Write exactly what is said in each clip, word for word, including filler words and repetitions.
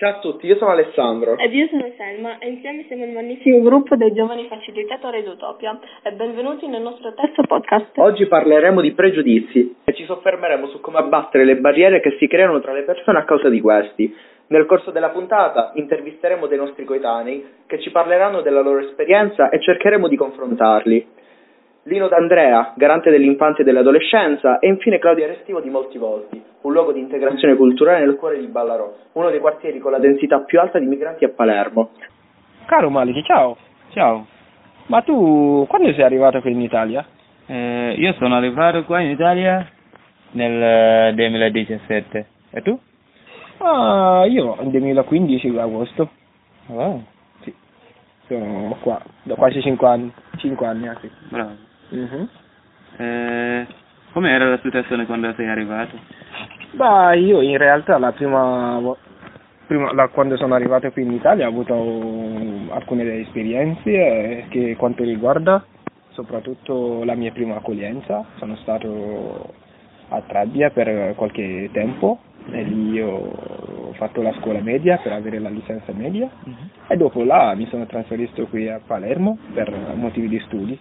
Ciao a tutti, io sono Alessandro. Ed io sono Selma e insieme siamo il magnifico gruppo dei giovani facilitatori d'Utopia e benvenuti nel nostro terzo podcast. Oggi parleremo di pregiudizi e ci soffermeremo su come abbattere le barriere che si creano tra le persone a causa di questi. Nel corso della puntata intervisteremo dei nostri coetanei che ci parleranno della loro esperienza e cercheremo di confrontarli. Lino D'Andrea, garante dell'infanzia e dell'adolescenza, e infine Claudia Restivo di Molti Volti, un luogo di integrazione culturale nel cuore di Ballarò, uno dei quartieri con la densità più alta di migranti a Palermo. Caro Maliki, ciao. Ciao. Ma tu quando sei arrivato qui in Italia? Eh, io sono arrivato qua in Italia nel duemiladiciassette. E tu? Ah, io nel duemilaquindici, agosto. Wow. Sì. Sono qua da quasi cinque anni. cinque anni anche. Bravo. Uh-huh. Eh, com'era la situazione quando sei arrivato? Beh, io in realtà la prima, vo- prima la, quando sono arrivato qui in Italia ho avuto um, alcune esperienze eh, che quanto riguarda soprattutto la mia prima accoglienza. Sono stato a Trabbia per qualche tempo e lì ho fatto la scuola media per avere la licenza media uh-huh. e dopo là mi sono trasferito qui a Palermo per motivi di studi.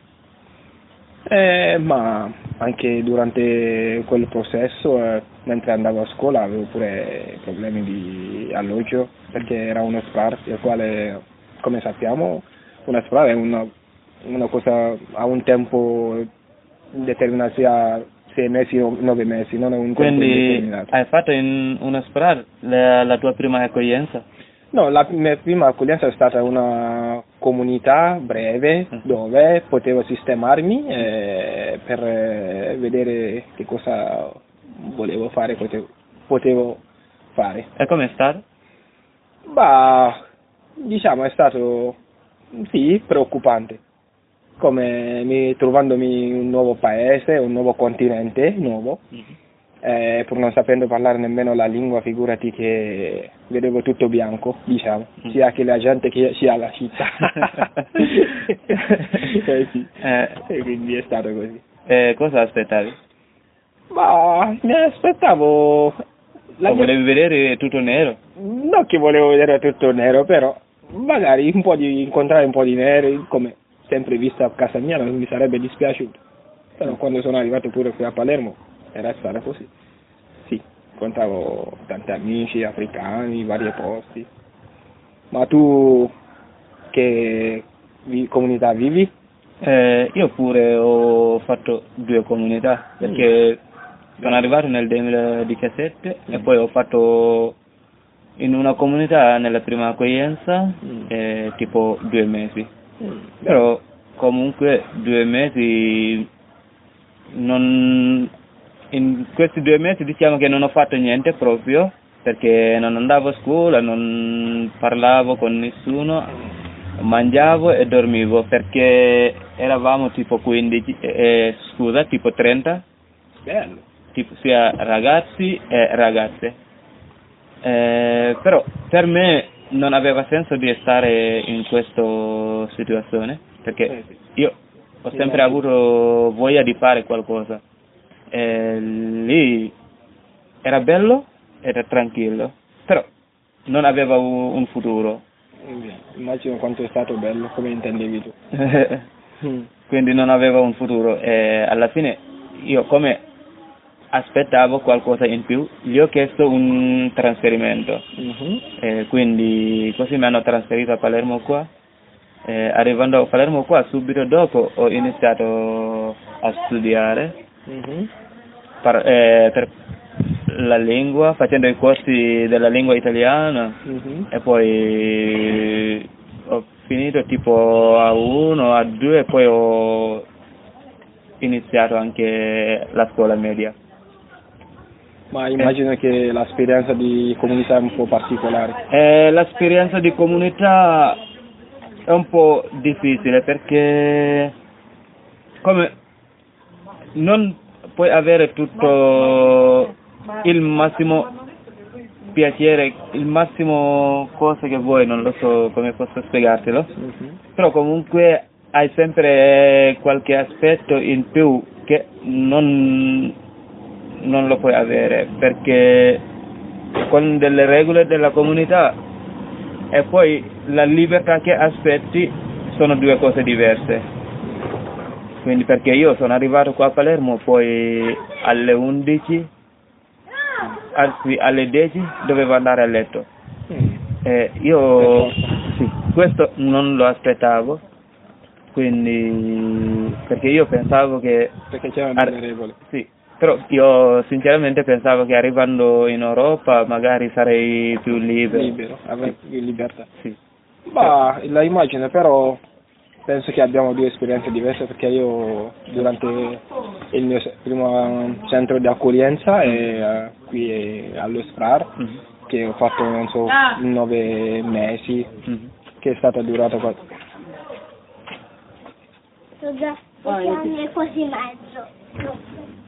Eh, ma anche durante quel processo, eh, mentre andavo a scuola, avevo pure problemi di alloggio perché era uno S P R, il quale, come sappiamo, uno S P R è una, una cosa a un tempo determinato, sia sei mesi o nove mesi, non è un tempo indeterminato. Hai fatto in uno S P R la, la tua prima accoglienza? No, la mia prima accoglienza è stata una comunità breve dove potevo sistemarmi eh, per eh, vedere che cosa volevo fare, potevo, potevo fare. E com'è stato? Bah, diciamo è stato, sì, preoccupante, come mi, trovandomi in un nuovo paese, un nuovo continente, nuovo. Mm-hmm. Eh, pur non sapendo parlare nemmeno la lingua, figurati che vedevo tutto bianco, diciamo, sia che la gente che sia la città. eh, sì. eh, e quindi è stato così. Eh, cosa aspettavi? Ma mi aspettavo... La o mia... volevi vedere tutto nero? Non che volevo vedere tutto nero, però magari un po' di incontrare un po' di neri, come sempre visto a casa mia, non mi sarebbe dispiaciuto. Però quando sono arrivato pure qui a Palermo era stato così. Sì, incontravo tanti amici africani, vari posti. Ma tu che vi, comunità vivi? Eh, io pure ho fatto due comunità, perché mm. sono arrivato nel duemiladiciassette mm. e poi ho fatto in una comunità nella prima accoglienza mm. eh, tipo due mesi. Mm. Però comunque due mesi non... In questi due mesi diciamo che non ho fatto niente proprio, perché non andavo a scuola, non parlavo con nessuno, mangiavo e dormivo, perché eravamo tipo quindici, eh, scusa, tipo trenta, bello, tipo sia ragazzi e ragazze. Eh, però per me non aveva senso di stare in questa situazione, perché io ho sempre avuto voglia di fare qualcosa. E lì era bello, era tranquillo, però non aveva un, un futuro. Immagino quanto è stato bello, come intendevi tu. Quindi non aveva un futuro e alla fine io, come aspettavo qualcosa in più, gli ho chiesto un trasferimento. Uh-huh. E quindi così mi hanno trasferito a Palermo qua. E arrivando a Palermo qua, subito dopo ho iniziato a studiare. Uh-huh. Per, eh, per la lingua, facendo i corsi della lingua italiana. Uh-huh. E poi ho finito tipo a uno, a due e poi ho iniziato anche la scuola media. Ma immagino eh. che l'esperienza di comunità è un po' particolare. Eh, l'esperienza di comunità è un po' difficile perché come non puoi avere tutto il massimo piacere, il massimo cosa che vuoi, non lo so come posso spiegartelo, uh-huh. Però comunque hai sempre qualche aspetto in più che non, non lo puoi avere, perché con delle regole della comunità e poi la libertà che aspetti sono due cose diverse. Quindi perché io sono arrivato qua a Palermo poi alle undici, anzi alle dieci dovevo andare a letto. Mm. Eh, io sì, questo non lo aspettavo, quindi perché io pensavo che Perché c'erano delle regole. Sì, però io sinceramente pensavo che arrivando in Europa magari sarei più libero. Libero, avrei più libertà. Sì. Ma la immagino, però penso che abbiamo due esperienze diverse, perché io durante il mio se- primo centro di accoglienza è eh, qui è allo SPRAR, Mm-hmm. che ho fatto non so nove mesi, Mm-hmm. che è stata durata qua. Sono già sette anni e quasi mezzo.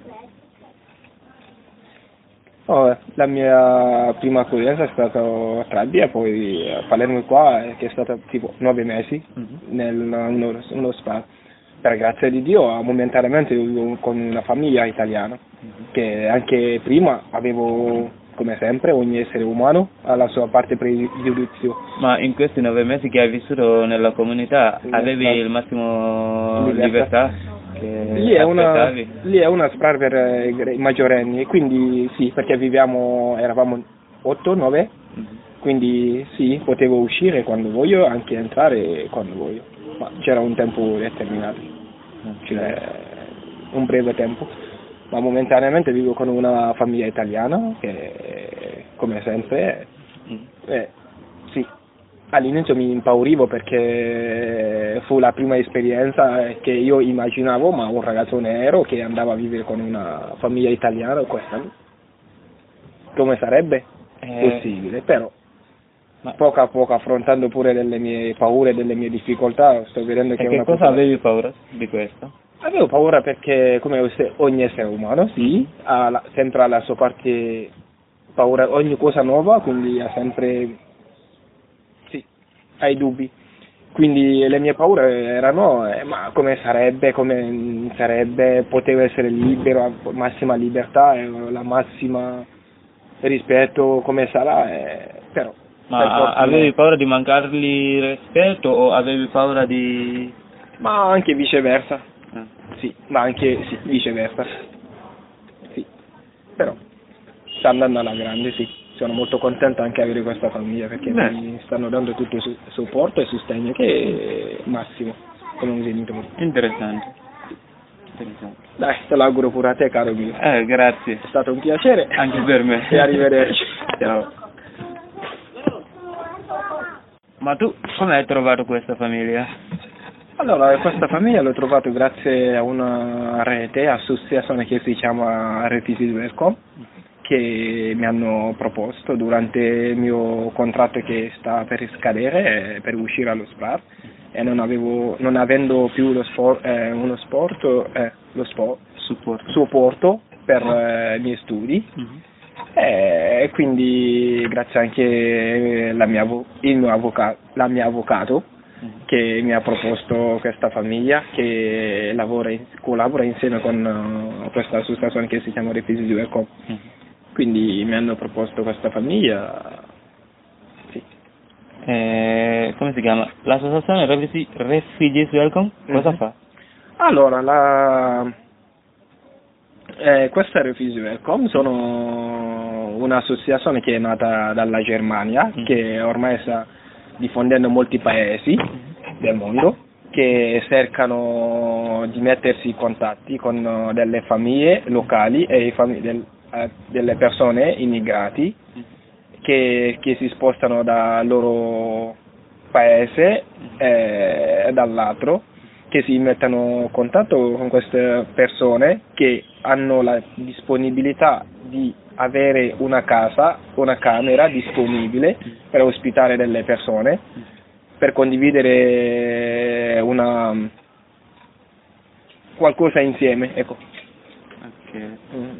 Oh, la mia prima accoglienza è stata a Trabia, poi a Palermo qua, eh, che è stata tipo nove mesi Mm-hmm. nel uno, uno spa. Per grazia di Dio, momentaneamente vivo con una famiglia italiana, che anche prima avevo, come sempre, ogni essere umano ha la sua parte pregiudizio. Ma in questi nove mesi che hai vissuto nella comunità Sì, avevi esatto. il massimo Libertà. libertà che Lì è una, aspettavi? lì è una SPRAR per eh, gre- maggiorenni, e quindi sì, perché viviamo, eravamo otto nove, Mhm. quindi sì, potevo uscire quando voglio, anche entrare quando voglio, ma c'era un tempo determinato, cioè un breve tempo, ma momentaneamente vivo con una famiglia italiana che, come sempre, Mhm. eh, sì, all'inizio mi impaurivo perché fu la prima esperienza che io immaginavo, ma un ragazzo nero che andava a vivere con una famiglia italiana, questa, come sarebbe Eh, possibile, però ma poco a poco, affrontando pure delle mie paure, delle mie difficoltà, sto vedendo che e è che una cosa cosa... avevi paura di questo? Avevo paura perché, come ogni essere umano, sì, ha la- sempre ha la sua parte paura, ogni cosa nuova, quindi ha sempre, sì, hai dubbi. Quindi le mie paure erano, eh, ma come sarebbe, come sarebbe, potevo essere libero, a massima libertà, eh, la massima rispetto, come sarà, eh, però... Ma per fortuna- avevi paura di mancargli rispetto o avevi paura di... Ma anche viceversa. Ah. Sì, ma anche sì, viceversa. Sì. Però sta andando alla grande, sì. Sono molto contento anche di avere questa famiglia perché Beh. mi stanno dando tutto il su- supporto e sostegno che è massimo come un genitore. Interessante. Interessante. Dai, te l'auguro pure a te, caro mio. Eh, grazie. È stato un piacere. Anche per me. E arrivederci. Ciao. Ma tu come hai trovato questa famiglia? Allora, questa famiglia l'ho trovato grazie a una rete, associazione che si chiama Refugees Welcome, che mi hanno proposto durante il mio contratto che sta per scadere, eh, per uscire allo SPRAR, e non, avevo, non avendo più lo sport, eh, uno sport, eh, lo sport, Supporto. supporto per eh, i miei studi, Mhm. e quindi grazie anche alla mia, avo- il mio avvocato, la mia avvocato, Mhm. che mi ha proposto questa famiglia che lavora in- collabora insieme con uh, questa associazione che si chiama Refugees Welcome. Mhm. Quindi mi hanno proposto questa famiglia, sì. Eh, come si chiama? L'associazione Refugees Refugees Welcome? Cosa Mhm. fa? Allora, la, eh, questa Refugees Welcome sono un'associazione che è nata dalla Germania, Mhm. che ormai sta diffondendo in molti paesi del mondo, che cercano di mettersi in contatti con uh, delle famiglie locali e i fami- del- eh, delle persone immigrati che, che si spostano dal loro paese e dall'altro, che si mettono in contatto con queste persone che hanno la disponibilità di avere una casa, una camera disponibile per ospitare delle persone, per condividere una qualcosa insieme, ecco. Ok. Mm.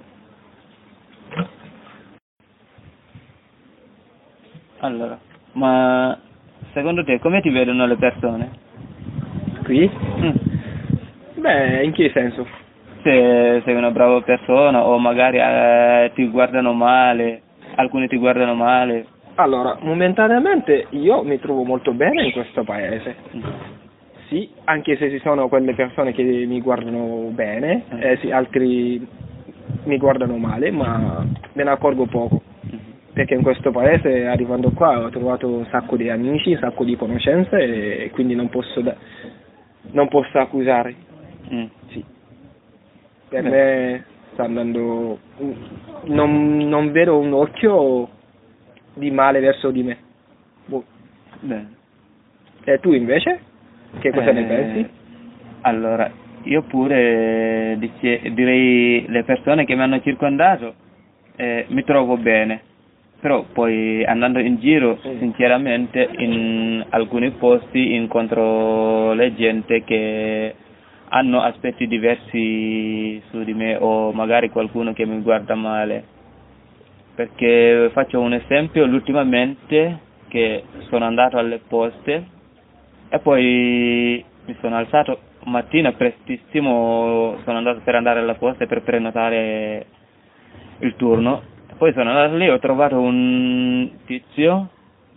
Allora, ma secondo te come ti vedono le persone? Qui? Mm. Beh, in che senso? Se sei una brava persona o magari eh, ti guardano male, alcuni ti guardano male. Allora, momentaneamente io mi trovo molto bene in questo paese. Sì, anche se ci sono quelle persone che mi guardano bene, eh, sì, altri mi guardano male, ma me ne accorgo poco. Perché in questo paese, arrivando qua, ho trovato un sacco di amici, un sacco di conoscenze e quindi non posso, da- non posso accusare. Mm. Sì. Per Beh. me sta andando... Non, non vedo un occhio di male verso di me. Boh. Bene. E tu invece? Che cosa Eh, ne pensi? Allora, io pure dice- direi le persone che mi hanno circondato eh, mi trovo bene, però poi andando in giro, Mm. sinceramente, in alcuni posti incontro le gente che hanno aspetti diversi su di me o magari qualcuno che mi guarda male. Perché faccio un esempio, ultimamente che sono andato alle poste e poi mi sono alzato mattina prestissimo, sono andato per andare alla posta per prenotare il turno, poi sono andato lì, ho trovato un tizio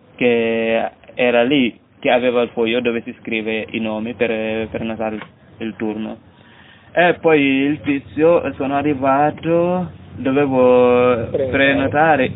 che era lì, che aveva il foglio dove si scrive i nomi per prenotare il, il turno, e poi il tizio, sono arrivato, dovevo Prenotare. prenotare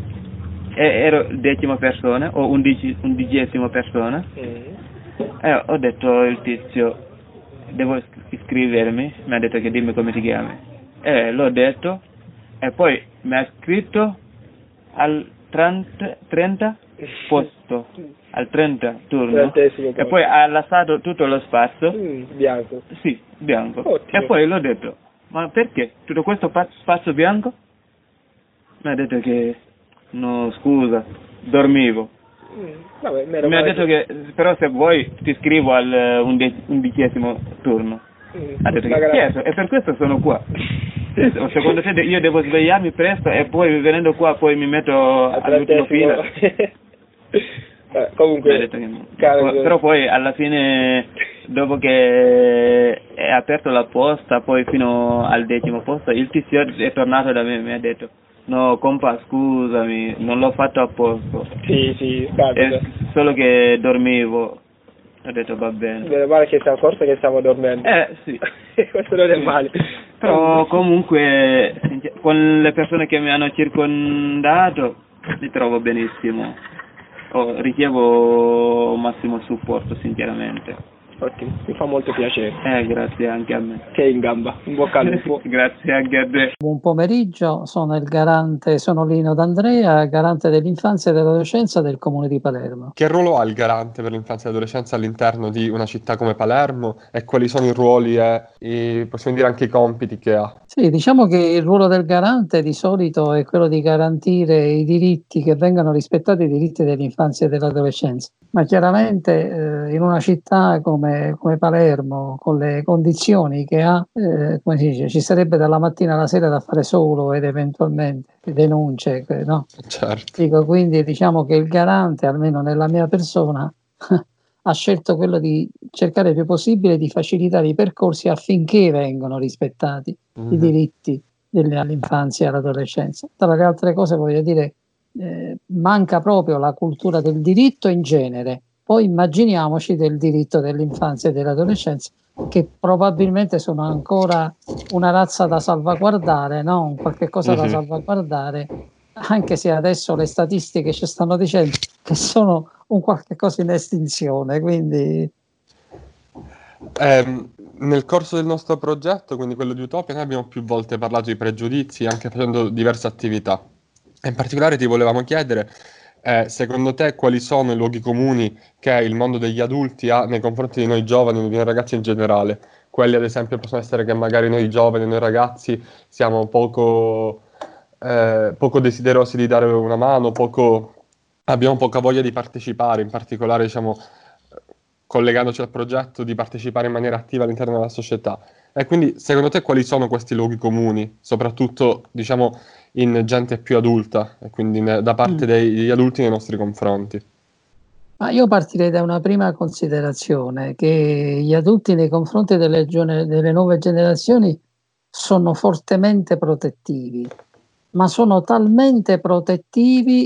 e ero decima persona o undici, undicesima persona. Mm. E ho detto al tizio, devo iscrivermi, mi ha detto che dimmi come ti chiami, e l'ho detto, e poi mi ha scritto al trenta, trenta posto, al trenta turno, Trentesimo e posto. poi ha lasciato tutto lo spazio, Mm, bianco. sì, bianco, Ottimo. e poi l'ho detto, ma perché tutto questo pa- spazio bianco? Mi ha detto che, no scusa, dormivo. Mm, vabbè, meno Mi ha male detto che però se vuoi ti scrivo al eh, unde- undicesimo turno. Mm, Ha detto che magari- certo, e per questo sono qua. O secondo te de- io devo svegliarmi presto e poi venendo qua poi mi metto al all'ultima trentesimo. fila? Eh, comunque, Mi ha detto che no. caro- Po- Però poi alla fine, dopo che è aperto la posta, poi fino al decimo posto, il tizio è tornato da me e mi ha detto, no compa scusami, non l'ho fatto apposta, sì, sì, capita. è solo che dormivo. Ho detto va bene. Meno male che si è accorto che stavo dormendo. Eh sì. Questo non è male. Però comunque sincer- con le persone che mi hanno circondato mi trovo benissimo. Oh, ricevo massimo supporto sinceramente. Ottimo, mi fa molto piacere. Eh, grazie anche a me. Sei in gamba, in bocca al lupo. Grazie anche a te. Buon pomeriggio, sono il garante, sono Lino D'Andrea, garante dell'infanzia e dell'adolescenza del Comune di Palermo. Che ruolo ha il garante per l'infanzia e l'adolescenza all'interno di una città come Palermo e quali sono i ruoli e i, possiamo dire anche i compiti che ha? Sì, diciamo che il ruolo del garante di solito è quello di garantire i diritti, che vengano rispettati i diritti dell'infanzia e dell'adolescenza. Ma chiaramente eh, in una città come, come Palermo, con le condizioni che ha, eh, come si dice, ci sarebbe dalla mattina alla sera da fare solo ed eventualmente denunce, che- no? Certo. Dico, quindi diciamo che il garante, almeno nella mia persona, ha scelto quello di cercare il più possibile di facilitare i percorsi affinché vengano rispettati i Mhm. diritti delle- all'infanzia e all'adolescenza. Tra le altre cose voglio dire, eh, manca proprio la cultura del diritto in genere, poi immaginiamoci del diritto dell'infanzia e dell'adolescenza, che probabilmente sono ancora una razza da salvaguardare, no? Un qualche cosa da Mhm. salvaguardare, anche se adesso le statistiche ci stanno dicendo che sono un qualche cosa in estinzione, quindi Ehm, nel corso del nostro progetto, quindi quello di Utopia, noi abbiamo più volte parlato di pregiudizi, anche facendo diverse attività. E in particolare ti volevamo chiedere, eh, secondo te, quali sono i luoghi comuni che il mondo degli adulti ha nei confronti di noi giovani, di noi ragazzi in generale? Quelli, ad esempio, possono essere che magari noi giovani, noi ragazzi, siamo poco, eh, poco desiderosi di dare una mano, poco, abbiamo poca voglia di partecipare, in particolare, diciamo, collegandoci al progetto, di partecipare in maniera attiva all'interno della società. E quindi, secondo te, quali sono questi luoghi comuni, soprattutto, diciamo, in gente più adulta, e quindi ne- da parte Mm. dei- degli adulti nei nostri confronti? ma io partirei da una prima considerazione, che gli adulti nei confronti delle, gione- delle nuove generazioni sono fortemente protettivi, ma sono talmente protettivi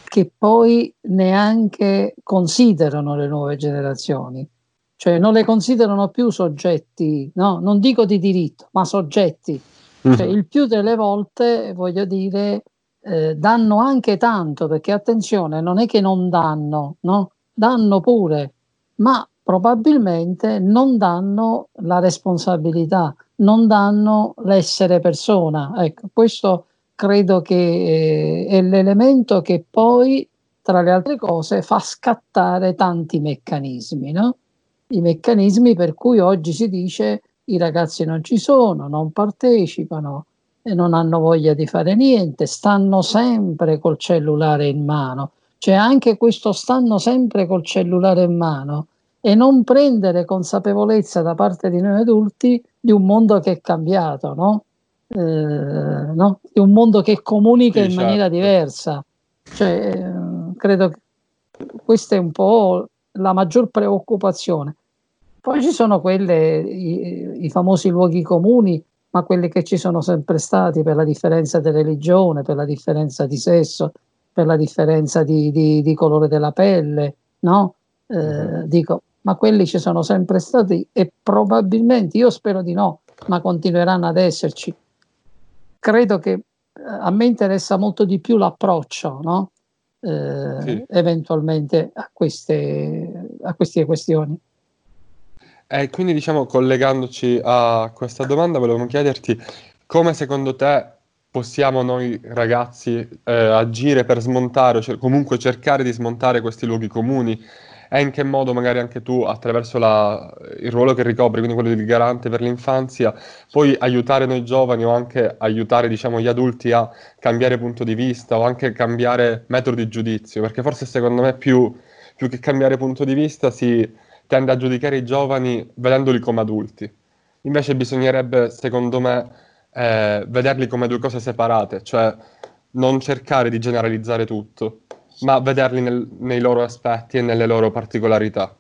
che poi neanche considerano le nuove generazioni, cioè non le considerano più soggetti, no? Non dico di diritto, ma soggetti. Cioè, il più delle volte, voglio dire, eh, danno anche tanto, perché attenzione, non è che non danno, no? Danno pure, ma probabilmente non danno la responsabilità, non danno l'essere persona. Ecco, questo credo che eh, è l'elemento che poi, tra le altre cose, fa scattare tanti meccanismi, no? I meccanismi per cui oggi si dice i ragazzi non ci sono, non partecipano e non hanno voglia di fare niente, stanno sempre col cellulare in mano. Cioè anche questo stanno sempre col cellulare in mano e non prendere consapevolezza da parte di noi adulti di un mondo che è cambiato, no? Eh, no? Di un mondo che comunica Sì, in maniera certo. diversa. Cioè, eh, credo che questa è un po' la maggior preoccupazione. Poi ci sono quelle, i, i famosi luoghi comuni, ma quelli che ci sono sempre stati per la differenza di religione, per la differenza di sesso, per la differenza di, di, di colore della pelle, no? Eh, Mhm. Dico, ma quelli ci sono sempre stati e probabilmente, io spero di no, ma continueranno ad esserci. Credo che eh, a me interessa molto di più l'approccio, no? Eh, Sì. eventualmente a queste, a queste questioni. E quindi, diciamo, collegandoci a questa domanda, volevamo chiederti come secondo te possiamo noi ragazzi eh, agire per smontare, o cer- comunque cercare di smontare questi luoghi comuni e in che modo magari anche tu, attraverso la- il ruolo che ricopri, quindi quello di garante per l'infanzia, puoi aiutare noi giovani o anche aiutare, diciamo, gli adulti a cambiare punto di vista o anche cambiare metodo di giudizio, perché forse secondo me più, più che cambiare punto di vista si tende a giudicare i giovani vedendoli come adulti. Invece bisognerebbe, secondo me, eh, vederli come due cose separate, cioè non cercare di generalizzare tutto, ma vederli nel- nei loro aspetti e nelle loro particolarità.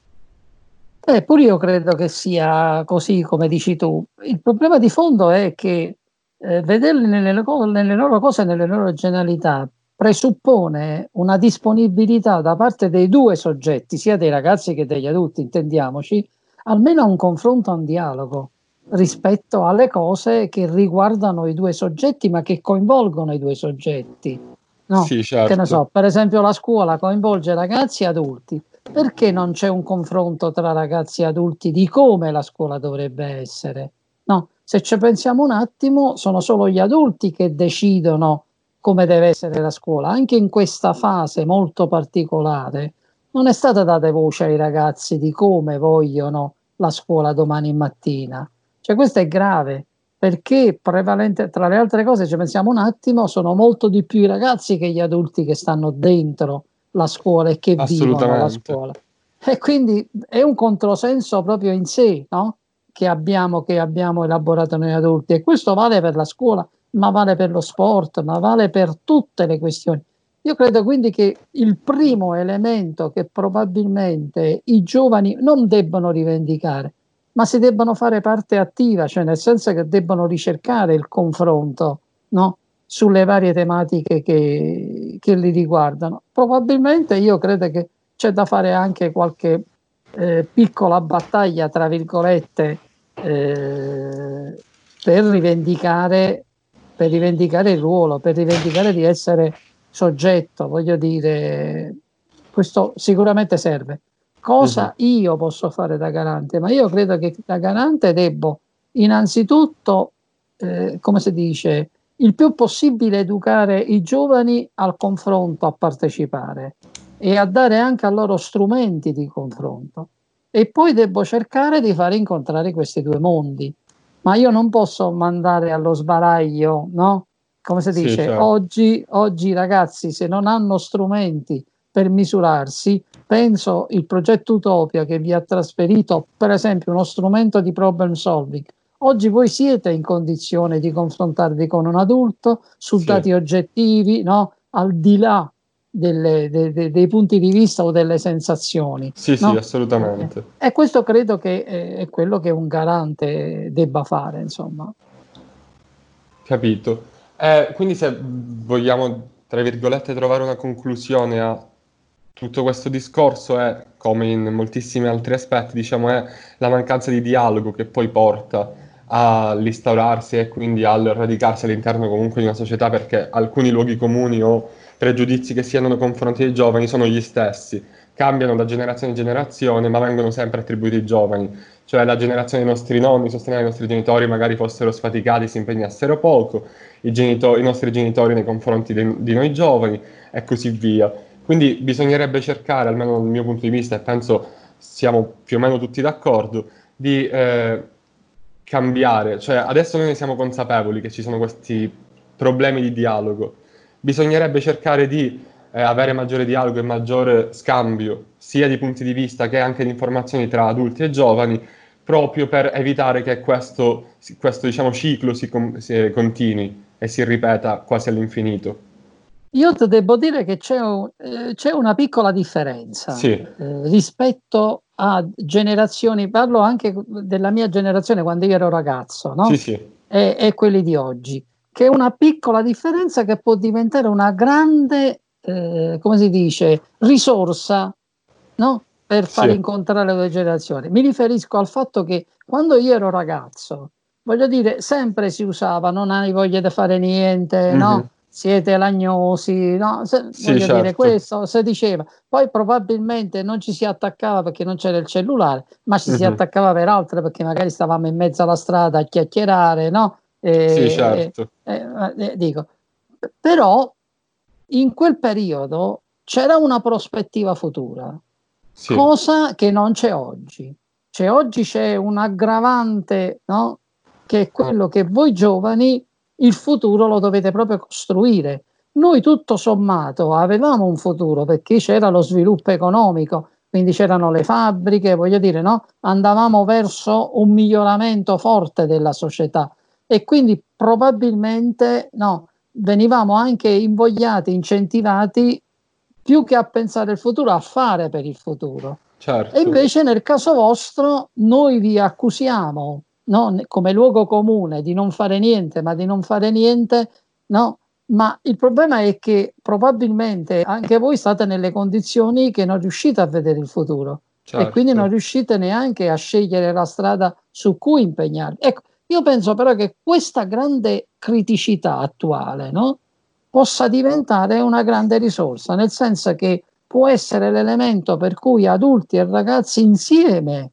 Eh, pure io credo che sia così come dici tu. Il problema di fondo è che eh, vederli nelle, co- nelle loro cose, nelle loro generalità, presuppone una disponibilità da parte dei due soggetti, sia dei ragazzi che degli adulti, intendiamoci, almeno a un confronto, a un dialogo rispetto alle cose che riguardano i due soggetti, ma che coinvolgono i due soggetti. No? Sì, Che ne so, certo. per esempio la scuola coinvolge ragazzi e adulti. Perché non c'è un confronto tra ragazzi e adulti di come la scuola dovrebbe essere? No, se ci pensiamo un attimo, sono solo gli adulti che decidono come deve essere la scuola. Anche in questa fase molto particolare non è stata data voce ai ragazzi di come vogliono la scuola domani mattina. Cioè questo è grave, perché prevalente, tra le altre cose, ci pensiamo un attimo, sono molto di più i ragazzi che gli adulti che stanno dentro la scuola e che vivono la Assolutamente. scuola. E quindi è un controsenso proprio in sé, no? Che abbiamo, che abbiamo elaborato noi adulti. E questo vale per la scuola, ma vale per lo sport, ma vale per tutte le questioni. Io credo quindi che il primo elemento che probabilmente i giovani non debbono rivendicare, ma si debbano fare parte attiva, cioè nel senso che debbano ricercare il confronto, no? Sulle varie tematiche che, che li riguardano. Probabilmente io credo che c'è da fare anche qualche eh, piccola battaglia, tra virgolette, eh, per rivendicare, per rivendicare il ruolo, per rivendicare di essere soggetto, voglio dire, questo sicuramente serve. Mhm. Cosa io posso fare da garante? Ma io credo che da garante debbo innanzitutto, eh, come si dice, il più possibile educare i giovani al confronto, a partecipare e a dare anche a loro strumenti di confronto. E poi devo cercare di fare incontrare questi due mondi. Ma io non posso mandare allo sbaraglio, no? Come si Sì, dice, certo. oggi, oggi i ragazzi se non hanno strumenti per misurarsi, penso il progetto Utopia che vi ha trasferito, per esempio, uno strumento di problem solving. Oggi voi siete in condizione di confrontarvi con un adulto su Sì, dati oggettivi, no? Al di là delle, de, de, dei punti di vista o delle sensazioni. sì, sì, No? Eh, assolutamente. e questo credo che è, è quello che un garante debba fare, insomma. Capito. Eh, quindi se vogliamo tra virgolette, trovare una conclusione a tutto questo discorso è, come in moltissimi altri aspetti, diciamo, è la mancanza di dialogo che poi porta all'instaurarsi e quindi al radicarsi all'interno comunque di una società, perché alcuni luoghi comuni o pregiudizi che si hanno nei confronti dei giovani sono gli stessi, cambiano da generazione in generazione, ma vengono sempre attribuiti ai giovani. Cioè la generazione dei nostri nonni sosteneva che i nostri genitori magari fossero sfaticati, si impegnassero poco, i, genitori, i nostri genitori nei confronti de, di noi giovani e così via. Quindi bisognerebbe cercare, almeno dal mio punto di vista, e penso siamo più o meno tutti d'accordo, di eh, cambiare. Cioè adesso noi ne siamo consapevoli che ci sono questi problemi di dialogo. Bisognerebbe cercare di eh, avere maggiore dialogo e maggiore scambio, sia di punti di vista che anche di informazioni tra adulti e giovani, proprio per evitare che questo, questo diciamo, ciclo si, si continui e si ripeta quasi all'infinito. Io ti devo dire che c'è, un, eh, c'è una piccola differenza sì. eh, rispetto a generazioni, parlo anche della mia generazione quando io ero ragazzo, no? Sì, sì. E, e quelli di oggi, che è una piccola differenza che può diventare una grande, eh, come si dice, risorsa, no? Per far Sì. incontrare le due generazioni. Mi riferisco al fatto che quando io ero ragazzo, voglio dire, sempre si usava non hai voglia di fare niente, mm-hmm. no? Siete lagnosi, no? Se, sì, voglio certo. dire questo, si diceva. Poi probabilmente non ci si attaccava perché non c'era il cellulare, ma ci mm-hmm. si attaccava per altre perché magari stavamo in mezzo alla strada a chiacchierare, no? E, sì, certo. E, e, dico, però in quel periodo c'era una prospettiva futura, sì. cosa che non c'è oggi. Cioè oggi c'è un aggravante, no? Che è quello che voi giovani il futuro lo dovete proprio costruire. Noi tutto sommato avevamo un futuro perché c'era lo sviluppo economico, quindi c'erano le fabbriche, voglio dire, no? Andavamo verso un miglioramento forte della società e quindi probabilmente no, venivamo anche invogliati, incentivati più che a pensare al futuro, a fare per il futuro. Certo. E invece nel caso vostro noi vi accusiamo, no, come luogo comune di non fare niente, ma di non fare niente, no? Ma il problema è che probabilmente anche voi state nelle condizioni che non riuscite a vedere il futuro certo. e quindi non riuscite neanche a scegliere la strada su cui impegnarvi. Ecco, io penso però che questa grande criticità attuale, no, possa diventare una grande risorsa, nel senso che può essere l'elemento per cui adulti e ragazzi insieme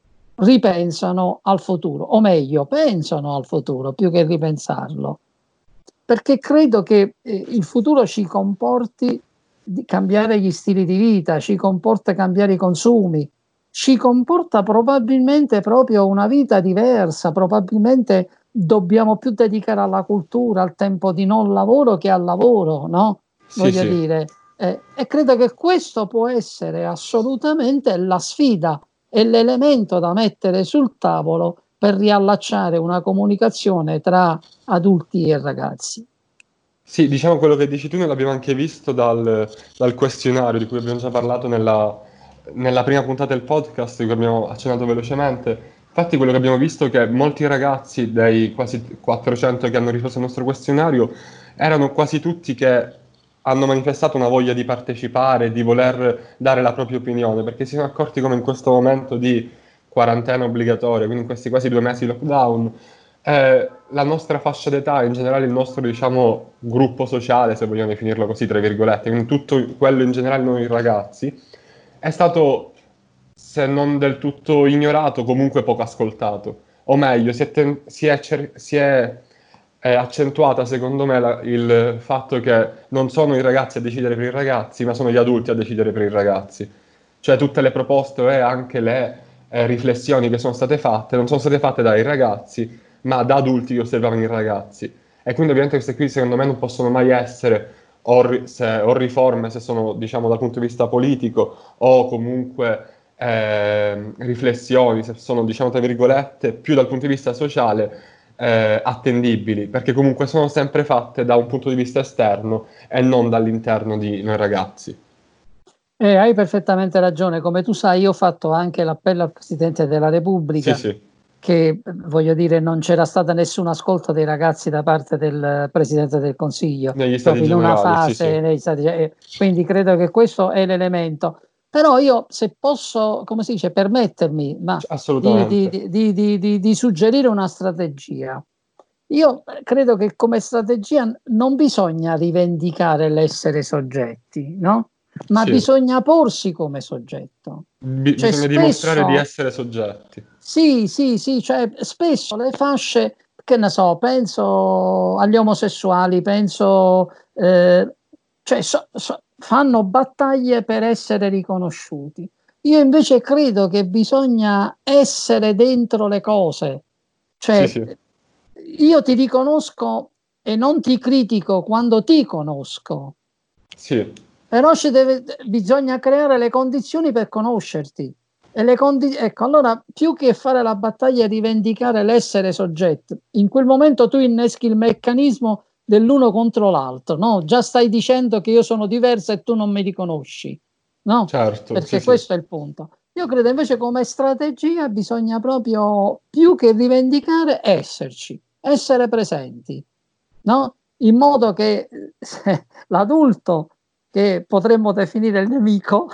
ripensano al futuro, o meglio, pensano al futuro più che ripensarlo, perché credo che eh, il futuro ci comporti di cambiare gli stili di vita, ci comporta cambiare i consumi, ci comporta probabilmente proprio una vita diversa, probabilmente dobbiamo più dedicare alla cultura, al tempo di non lavoro che al lavoro, no? Sì, Voglio sì. dire, eh, e credo che questo può essere assolutamente la sfida è l'elemento da mettere sul tavolo per riallacciare una comunicazione tra adulti e ragazzi. Sì, diciamo quello che dici tu noi l'abbiamo anche visto dal, dal questionario di cui abbiamo già parlato nella, nella prima puntata del podcast, di cui abbiamo accennato velocemente. Infatti quello che abbiamo visto è che molti ragazzi dei quasi quattrocento che hanno risposto al nostro questionario erano quasi tutti che hanno manifestato una voglia di partecipare, di voler dare la propria opinione, perché si sono accorti come in questo momento di quarantena obbligatoria, quindi in questi quasi due mesi di lockdown, eh, la nostra fascia d'età, in generale il nostro, diciamo, gruppo sociale, se vogliamo definirlo così, tra virgolette, quindi tutto quello in generale noi ragazzi, è stato, se non del tutto ignorato, comunque poco ascoltato. O meglio, si è, ten- si è, cer- si è è accentuata secondo me la, il fatto che non sono i ragazzi a decidere per i ragazzi, ma sono gli adulti a decidere per i ragazzi. Cioè tutte le proposte e anche le eh, riflessioni che sono state fatte non sono state fatte dai ragazzi, ma da adulti che osservavano i ragazzi. E quindi ovviamente queste qui secondo me non possono mai essere o, ri- se, o riforme se sono diciamo dal punto di vista politico o comunque eh, riflessioni se sono diciamo tra virgolette più dal punto di vista sociale Eh, attendibili, perché comunque sono sempre fatte da un punto di vista esterno e non dall'interno di noi ragazzi. Eh, hai perfettamente ragione, come tu sai io ho fatto anche l'appello al Presidente della Repubblica sì, sì. che voglio dire non c'era stato nessun ascolto dei ragazzi da parte del Presidente del Consiglio Negli stati proprio in una generali, sì, fase sì. negli stati, eh, quindi credo che questo è l'elemento. Però io, se posso, come si dice, permettermi ma di, di, Assolutamente. di, di, di, di, di suggerire una strategia, io credo che come strategia non bisogna rivendicare l'essere soggetti, no? Ma Sì. bisogna porsi come soggetto. Bi- Cioè, bisogna dimostrare di spesso, essere soggetti. sì, sì, sì, cioè spesso le fasce, che ne so, penso agli omosessuali, penso, eh, cioè so- so- fanno battaglie per essere riconosciuti. Io invece credo che bisogna essere dentro le cose, Sì, cioè sì. io ti riconosco e non ti critico quando ti conosco, Sì. però ci deve, bisogna creare le condizioni per conoscerti. E le condi- ecco, allora più che fare la battaglia e rivendicare l'essere soggetto, in quel momento tu inneschi il meccanismo dell'uno contro l'altro, no? Già stai dicendo che io sono diversa e tu non mi riconosci, no? Certo, sì, Perché sì. questo è il punto. Io credo invece come strategia bisogna proprio, più che rivendicare, esserci, essere presenti, no? In modo che eh, l'adulto, che potremmo definire il nemico,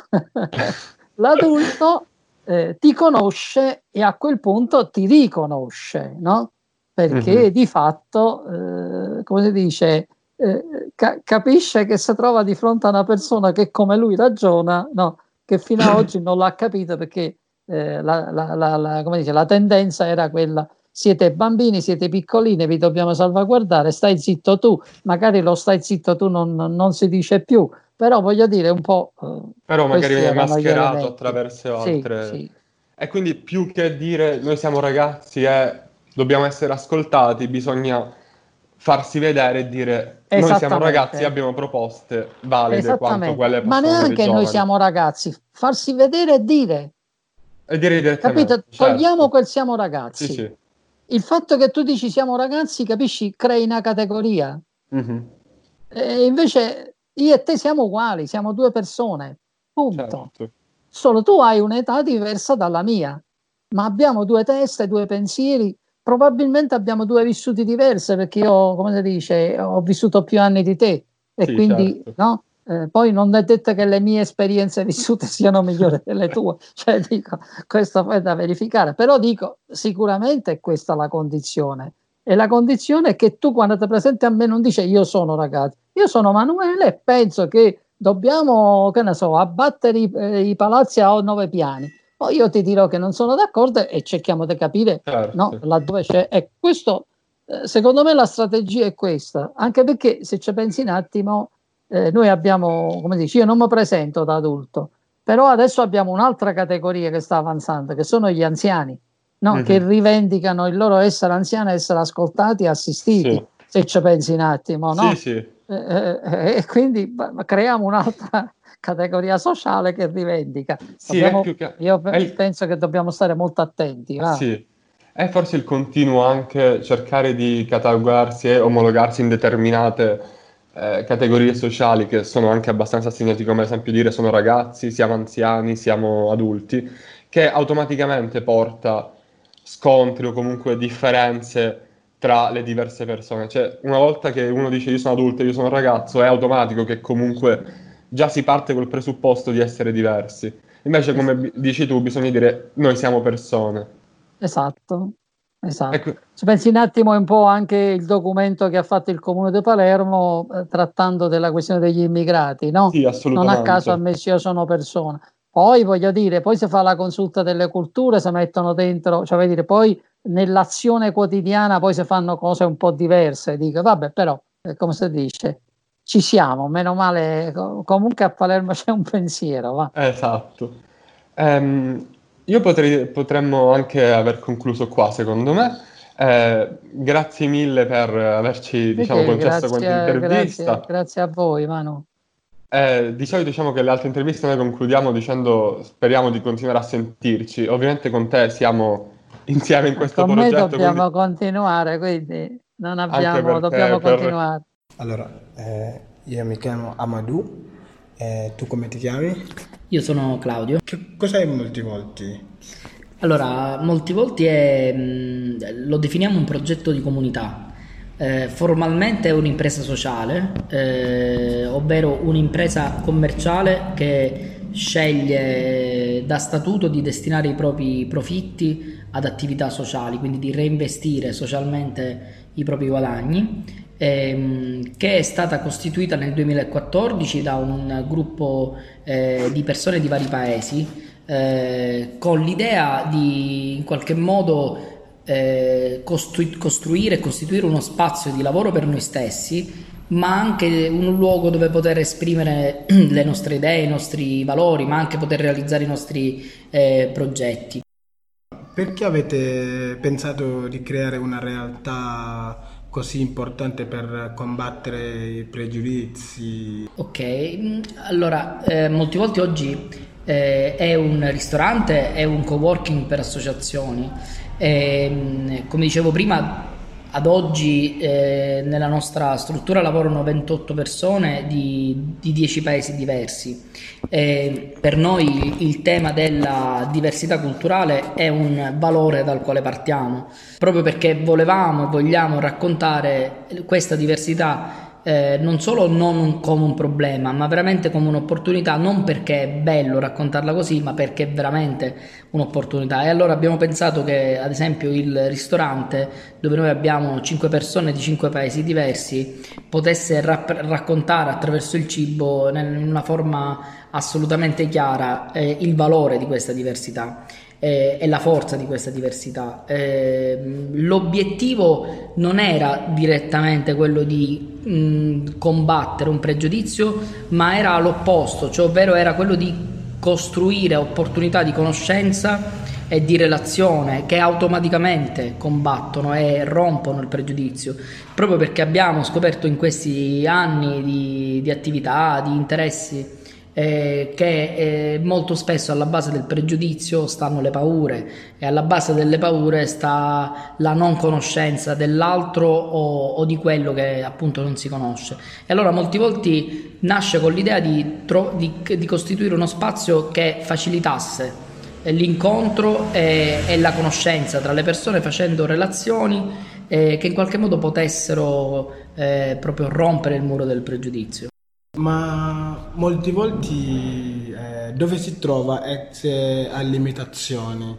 l'adulto eh, ti conosce e a quel punto ti riconosce, no? Perché Mhm. di fatto, eh, come si dice, eh, ca- capisce che si trova di fronte a una persona che come lui ragiona, no? Che fino ad oggi non l'ha capito perché eh, la, la, la, la, come dice, la tendenza era quella: siete bambini, siete piccolini, vi dobbiamo salvaguardare, stai zitto tu, magari lo stai zitto tu non, non si dice più, però voglio dire un po', eh, Però magari questi viene erano gli mascherato elementi. attraverso Sì, altre... sì, E quindi più che dire noi siamo ragazzi e dobbiamo essere ascoltati, bisogna farsi vedere e dire noi siamo ragazzi e esattamente, abbiamo proposte valide quanto esattamente, quelle ma possono avere i neanche noi giovani. siamo ragazzi, farsi vedere e dire, E dire direttamente, capito? Togliamo certo. quel siamo Sì, ragazzi. sì. Il fatto che tu dici siamo ragazzi, capisci, crei una categoria. Mhm. E invece io e te siamo uguali, siamo due persone, punto. Certo. Solo tu hai un'età diversa dalla mia, ma abbiamo due teste, due pensieri, probabilmente abbiamo due vissuti diversi, perché io, come si dice, ho vissuto più anni di te e Sì, quindi, certo. no? Eh, poi non è detto che le mie esperienze vissute siano migliori delle tue, cioè dico, questo poi è da verificare, però dico, sicuramente è questa la condizione. E la condizione è che tu quando ti presenti a me non dici io sono ragazzo, io sono Manuele e penso che dobbiamo, che ne so, abbattere i, eh, i palazzi a nove piani. Poi io ti dirò che non sono d'accordo e cerchiamo di capire, no, Certo. laddove c'è. E questo, eh, secondo me, la strategia è questa, anche perché se ci pensi un attimo, eh, noi abbiamo, come dici, io non mi presento da adulto, però adesso abbiamo un'altra categoria che sta avanzando, che sono gli anziani, no, che Mhm. rivendicano il loro essere anziani, essere ascoltati e assistiti, Sì. se ci pensi un attimo, Sì, no? sì. Eh, eh, e quindi b- creiamo un'altra categoria sociale che rivendica. Sì, è Dobbiamo, più che... io è pe- il- penso che dobbiamo stare molto attenti, va? Sì, è forse il continuo anche cercare di catalogarsi e omologarsi in determinate eh, categorie sociali che sono anche abbastanza assegnati, come ad esempio dire sono ragazzi, siamo anziani, siamo adulti, che automaticamente porta scontri o comunque differenze tra le diverse persone. Cioè, una volta che uno dice io sono adulto e io sono ragazzo, è automatico che comunque già si parte col presupposto di essere diversi. Invece, Es- come bi- dici tu, bisogna dire noi siamo persone. esatto, esatto. Ecco, Se pensi un attimo, è un po' anche il documento che ha fatto il Comune di Palermo, eh, trattando della questione degli immigrati, no? sì, Non a caso ha assolutamente. messo io sono persona. Poi voglio dire, poi si fa la consulta delle culture, si mettono dentro, cioè voglio dire, poi nell'azione quotidiana poi si fanno cose un po' diverse. Dico, vabbè, però, eh, come si dice, ci siamo, meno male, co- comunque a Palermo c'è un pensiero, va. Esatto. Ehm, io potrei, potremmo anche aver concluso qua, secondo me. Eh, grazie mille per averci, Di diciamo, che? concesso questa Grazie, grazie, intervista. grazie a voi, Manu. Eh, di solito diciamo che le altre interviste noi concludiamo dicendo speriamo di continuare a sentirci. Ovviamente con te siamo insieme in questo Con me progetto, quindi dobbiamo continuare, quindi non anche abbiamo, perché dobbiamo per... continuare. Allora, eh, io mi chiamo Amadou, eh, tu come ti chiami? Io sono Claudio. Che cos'è Molti Volti? Allora, Moltivolti è, mh, lo definiamo un progetto di comunità. Eh, formalmente è un'impresa sociale, eh, ovvero un'impresa commerciale che sceglie da statuto di destinare i propri profitti ad attività sociali, quindi di reinvestire socialmente i propri guadagni, ehm, che è stata costituita nel duemilaquattordici da un gruppo eh, di persone di vari paesi, eh, con l'idea di in qualche modo Eh, costru- costruire e costituire uno spazio di lavoro per noi stessi, ma anche un luogo dove poter esprimere le nostre idee, i nostri valori, ma anche poter realizzare i nostri eh, progetti. Perché avete pensato di creare una realtà così importante per combattere i pregiudizi? Ok, allora, eh, Moltivolti oggi eh, è un ristorante, è un coworking per associazioni. E, come dicevo prima, ad oggi eh, nella nostra struttura lavorano ventotto persone di, di dieci paesi diversi. E per noi il tema della diversità culturale è un valore dal quale partiamo, proprio perché volevamo e vogliamo raccontare questa diversità Eh, non solo non come un problema, ma veramente come un'opportunità, non perché è bello raccontarla così, ma perché è veramente un'opportunità. E allora abbiamo pensato che, ad esempio, il ristorante, dove noi abbiamo cinque persone di cinque paesi diversi, potesse rap- raccontare attraverso il cibo, nel, in una forma assolutamente chiara, eh, il valore di questa diversità e la forza di questa diversità. Eh, l'obiettivo non era direttamente quello di mh, combattere un pregiudizio, ma era l'opposto, cioè ovvero era quello di costruire opportunità di conoscenza e di relazione che automaticamente combattono e rompono il pregiudizio, proprio perché abbiamo scoperto in questi anni di, di attività, di interessi, Eh, che eh, molto spesso alla base del pregiudizio stanno le paure, e alla base delle paure sta la non conoscenza dell'altro o, o di quello che appunto non si conosce. E allora Moltivolti nasce con l'idea di, tro- di, di costituire uno spazio che facilitasse l'incontro e, e la conoscenza tra le persone, facendo relazioni eh, che in qualche modo potessero eh, proprio rompere il muro del pregiudizio. Ma Moltivolti eh, dove si trova e se ha limitazioni?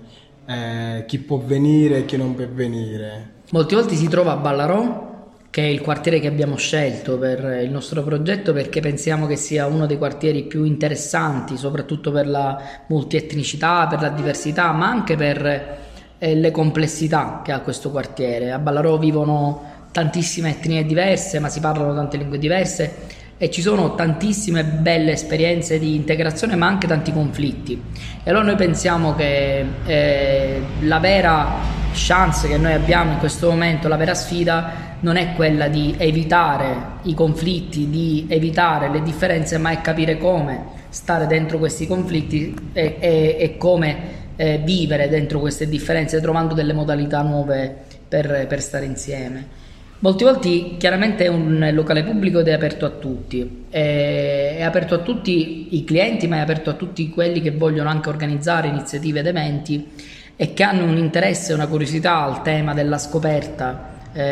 Eh, chi può venire e chi non può venire? Moltivolti si trova a Ballarò, che è il quartiere che abbiamo scelto per il nostro progetto, perché pensiamo che sia uno dei quartieri più interessanti, soprattutto per la multietnicità, per la diversità, ma anche per eh, le complessità che ha questo quartiere. A Ballarò vivono tantissime etnie diverse, ma si parlano tante lingue diverse, e ci sono tantissime belle esperienze di integrazione, ma anche tanti conflitti. E allora noi pensiamo che eh, la vera chance che noi abbiamo in questo momento, la vera sfida, non è quella di evitare i conflitti, di evitare le differenze, ma è capire come stare dentro questi conflitti e, e, e come eh, vivere dentro queste differenze, trovando delle modalità nuove per, per stare insieme. Moltivolti chiaramente è un locale pubblico ed è aperto a tutti, è, è aperto a tutti i clienti, ma è aperto a tutti quelli che vogliono anche organizzare iniziative ed eventi e che hanno un interesse e una curiosità al tema della scoperta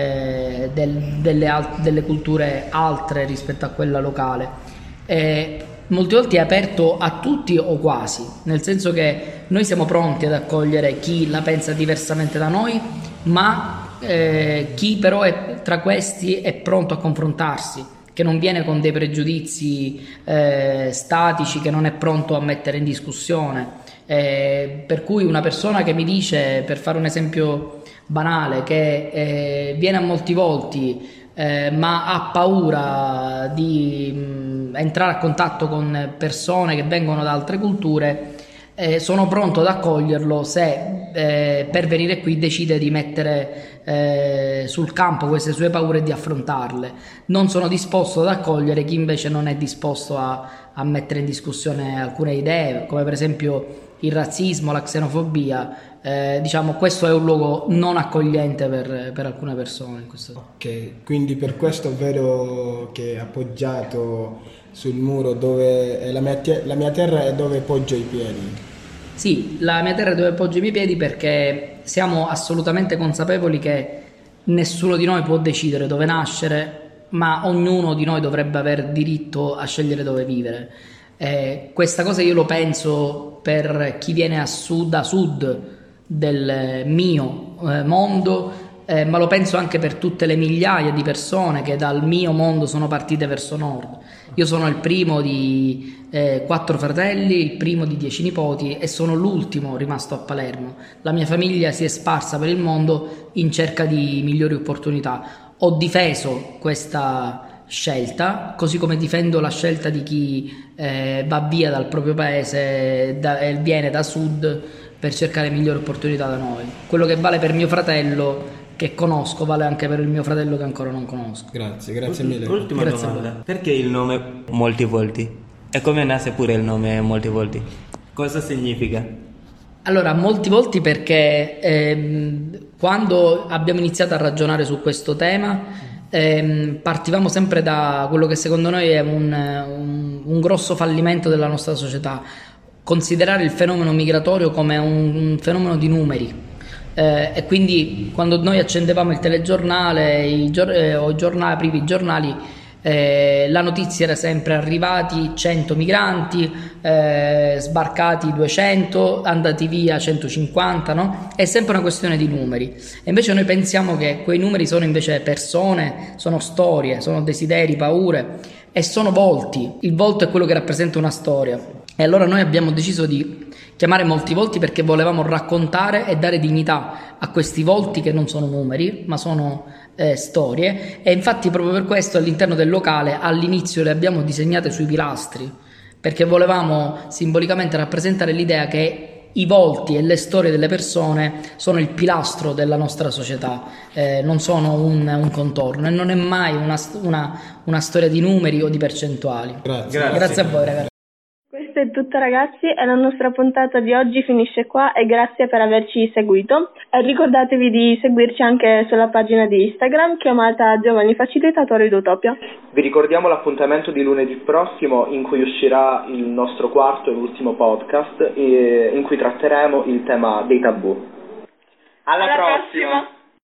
eh, del, delle, al- delle culture altre rispetto a quella locale. Eh, Moltivolti è aperto a tutti o quasi, nel senso che noi siamo pronti ad accogliere chi la pensa diversamente da noi, ma Eh, chi però è, tra questi è pronto a confrontarsi, che non viene con dei pregiudizi eh, statici, che non è pronto a mettere in discussione. Eh, per cui una persona che mi dice, per fare un esempio banale, che eh, viene a Moltivolti eh, ma ha paura di mh, entrare a contatto con persone che vengono da altre culture, Eh, sono pronto ad accoglierlo se eh, per venire qui decide di mettere eh, sul campo queste sue paure e di affrontarle. Non sono disposto ad accogliere chi invece non è disposto a, a mettere in discussione alcune idee, come per esempio il razzismo, la xenofobia. Eh, diciamo, questo è un luogo non accogliente per, per alcune persone in questo. Ok, quindi per questo vedo che è appoggiato sul muro dove è la mia, te- la mia terra è dove poggio i piedi. Sì, la mia terra è dove appoggio i miei piedi, perché siamo assolutamente consapevoli che nessuno di noi può decidere dove nascere, ma ognuno di noi dovrebbe aver diritto a scegliere dove vivere. Eh, questa cosa io lo penso per chi viene a sud, da sud del mio eh, mondo, eh, ma lo penso anche per tutte le migliaia di persone che dal mio mondo sono partite verso nord. Io sono il primo di eh, quattro fratelli, il primo di dieci nipoti e sono l'ultimo rimasto a Palermo. La mia famiglia si è sparsa per il mondo in cerca di migliori opportunità. Ho difeso questa scelta, così come difendo la scelta di chi eh, va via dal proprio paese da, e viene da sud per cercare migliori opportunità da noi. Quello che vale per mio fratello che conosco vale anche per il mio fratello che ancora non conosco. Grazie, grazie mille. Ultima Grazie domanda, perché il nome Molti Volti? E come nasce pure il nome Molti Volti? Cosa significa? Allora, molti volti perché ehm, quando abbiamo iniziato a ragionare su questo tema ehm, partivamo sempre da quello che secondo noi è un, un, un grosso fallimento della nostra società: considerare il fenomeno migratorio come un, un fenomeno di numeri. Eh, e quindi quando noi accendevamo il telegiornale i gior- eh, o i giornali, aprivi i giornali, eh, la notizia era sempre arrivati cento migranti, eh, sbarcati duecento, andati via centocinquanta, no? È sempre una questione di numeri. E invece noi pensiamo che quei numeri sono invece persone, sono storie, sono desideri, paure e sono volti. Il volto è quello che rappresenta una storia. E allora noi abbiamo deciso di chiamare Molti Volti perché volevamo raccontare e dare dignità a questi volti che non sono numeri ma sono eh, storie, e infatti proprio per questo all'interno del locale all'inizio le abbiamo disegnate sui pilastri, perché volevamo simbolicamente rappresentare l'idea che i volti e le storie delle persone sono il pilastro della nostra società, eh, non sono un, un contorno, e non è mai una, una, una storia di numeri o di percentuali. Grazie. Grazie, Grazie a voi ragazzi. Questo è tutto ragazzi, e la nostra puntata di oggi finisce qua, e grazie per averci seguito. E ricordatevi di seguirci anche sulla pagina di Instagram chiamata Giovani Facilitatori d'Utopia. Vi ricordiamo l'appuntamento di lunedì prossimo, in cui uscirà il nostro quarto e ultimo podcast, in cui tratteremo il tema dei tabù. Alla, Alla prossima. prossima.